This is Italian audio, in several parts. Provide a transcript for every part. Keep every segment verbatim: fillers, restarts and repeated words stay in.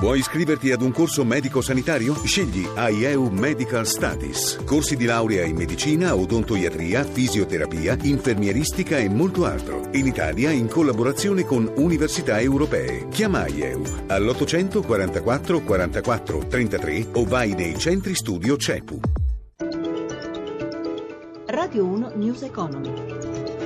Vuoi iscriverti ad un corso medico-sanitario? Scegli I E U Medical Studies. Corsi di laurea in medicina, odontoiatria, fisioterapia, infermieristica e molto altro. In Italia in collaborazione con università europee. Chiama I E U all'ottocento quarantaquattro quarantaquattro trentatré o vai nei centri studio C E P U. Radio uno News Economy.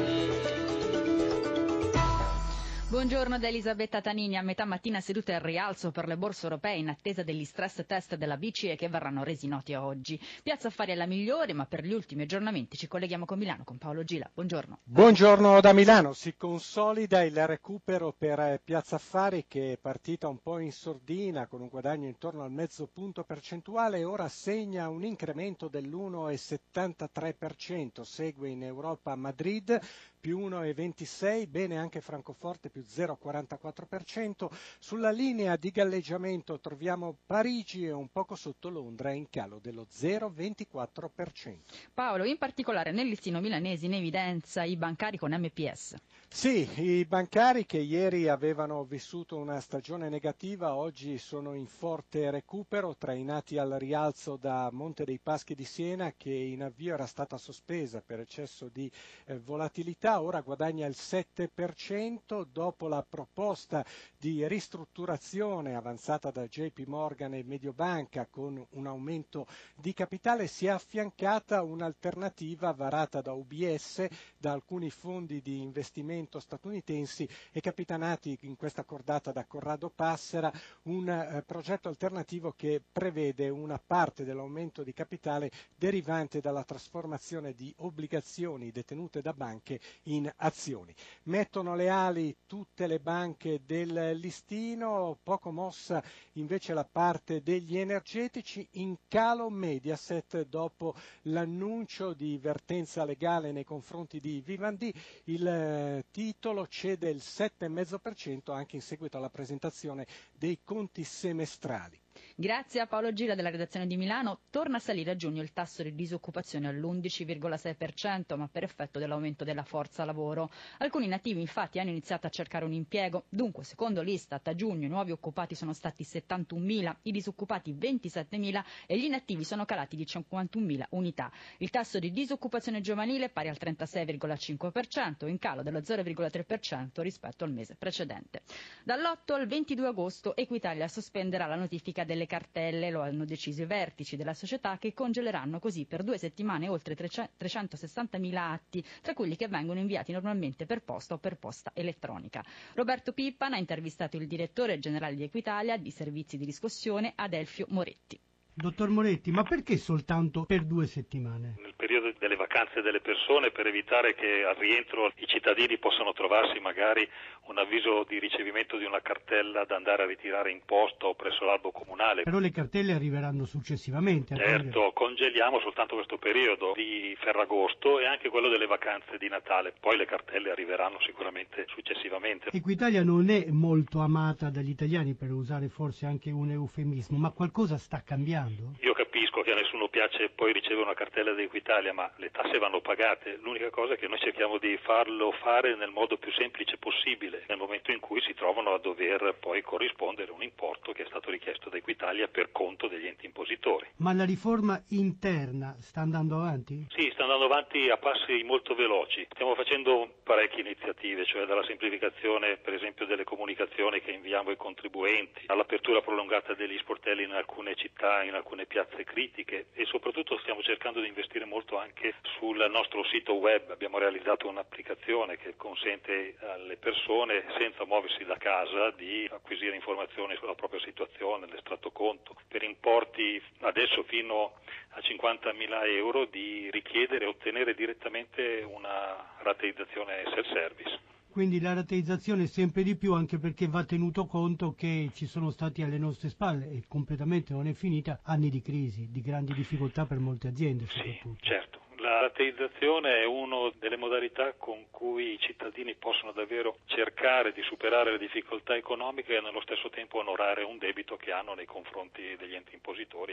Buongiorno da Elisabetta Tanini. A metà mattina seduta al rialzo per le borse europee in attesa degli stress test della B C E che verranno resi noti oggi. Piazza Affari è la migliore, ma per gli ultimi aggiornamenti ci colleghiamo con Milano con Paolo Gila. Buongiorno. Buongiorno da Milano. Si consolida il recupero per Piazza Affari, che è partita un po' in sordina con un guadagno intorno al mezzo punto percentuale e ora segna un incremento dell'uno virgola settantatré per cento. Segue in Europa Madrid più uno virgola ventisei, bene anche Francoforte più zero virgola quarantaquattro per cento. Sulla linea di galleggiamento troviamo Parigi e un poco sotto Londra in calo dello zero virgola ventiquattro per cento. Paolo, in particolare nel listino milanese in evidenza i bancari con M P S. Sì, i bancari che ieri avevano vissuto una stagione negativa oggi sono in forte recupero, trainati al rialzo da Monte dei Paschi di Siena, che in avvio era stata sospesa per eccesso di eh, volatilità, ora guadagna il sette per cento dopo la proposta di ristrutturazione avanzata da J P Morgan e Mediobanca con un aumento di capitale. Si è affiancata un'alternativa varata da U B S, da alcuni fondi di investimento statunitensi e capitanati in questa cordata da Corrado Passera, un eh, progetto alternativo che prevede una parte dell'aumento di capitale derivante dalla trasformazione di obbligazioni detenute da banche in azioni. Mettono le ali tutte le banche del listino, poco mossa invece la parte degli energetici, in calo Mediaset dopo l'annuncio di vertenza legale nei confronti di Vivendi. Il eh, titolo cede il sette virgola cinque per cento anche in seguito alla presentazione dei conti semestrali. Grazie a Paolo Gira della redazione di Milano. Torna a salire a giugno il tasso di disoccupazione all'undici virgola sei per cento, ma per effetto dell'aumento della forza lavoro. Alcuni nativi infatti hanno iniziato a cercare un impiego. Dunque, secondo l'Istat, a giugno i nuovi occupati sono stati settantunomila, i disoccupati ventisettemila e gli inattivi sono calati di cinquantunomila unità. Il tasso di disoccupazione giovanile è pari al trentasei virgola cinque per cento, in calo dello zero virgola tre per cento rispetto al mese precedente. Dall'otto al ventidue agosto Equitalia sospenderà la notifica delle cartelle, lo hanno deciso i vertici della società, che congeleranno così per due settimane oltre trecentosessantamila atti, tra quelli che vengono inviati normalmente per posta o per posta elettronica. Roberto Pippan ha intervistato il direttore generale di Equitalia di servizi di riscossione, Adelfio Moretti. Dottor Moretti, ma perché soltanto per due settimane? Nel periodo delle vacanze delle persone, per evitare che al rientro i cittadini possano trovarsi magari un avviso di ricevimento di una cartella da andare a ritirare in posta o presso l'albo comunale. Però le cartelle arriveranno successivamente. Certo, congeliamo soltanto questo periodo di Ferragosto e anche quello delle vacanze di Natale, poi le cartelle arriveranno sicuramente successivamente. Equitalia non è molto amata dagli italiani, per usare forse anche un eufemismo, ma qualcosa sta cambiando? Io capisco che a nessuno piace poi ricevere una cartella di Equitalia, ma le tasse vanno pagate. L'unica cosa è che noi cerchiamo di farlo fare nel modo più semplice possibile, nel momento in cui si trovano a dover poi corrispondere un importo che è stato richiesto da Equitalia per conto degli enti impositori. Ma la riforma interna sta andando avanti? Sì, sta andando avanti a passi molto veloci. Stiamo facendo parecchie iniziative, cioè dalla semplificazione per esempio delle comunicazioni che inviamo ai contribuenti, all'apertura prolungata degli sportelli in alcune città, in alcune piazze critiche, e soprattutto stiamo cercando di investire molto anche sul nostro sito web. Abbiamo realizzato un'applicazione che consente alle persone, senza muoversi da casa, di acquisire informazioni sulla propria situazione, l'estratto conto, per importi adesso fino a cinquantamila euro, di richiedere e ottenere direttamente una rateizzazione self-service. Quindi la rateizzazione sempre di più, anche perché va tenuto conto che ci sono stati alle nostre spalle, e completamente non è finita, anni di crisi, di grandi difficoltà per molte aziende soprattutto. Sì, certo. La rateizzazione è una delle modalità con cui i cittadini possono davvero cercare di superare le difficoltà economiche e nello stesso tempo onorare un debito che hanno nei confronti degli enti impositori.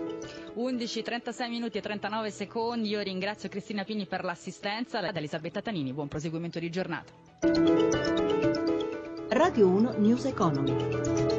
undici, trentasei minuti e trentanove secondi. Io ringrazio Cristina Pini per l'assistenza. Da Elisabetta Tanini, buon proseguimento di giornata. Radio uno News Economy.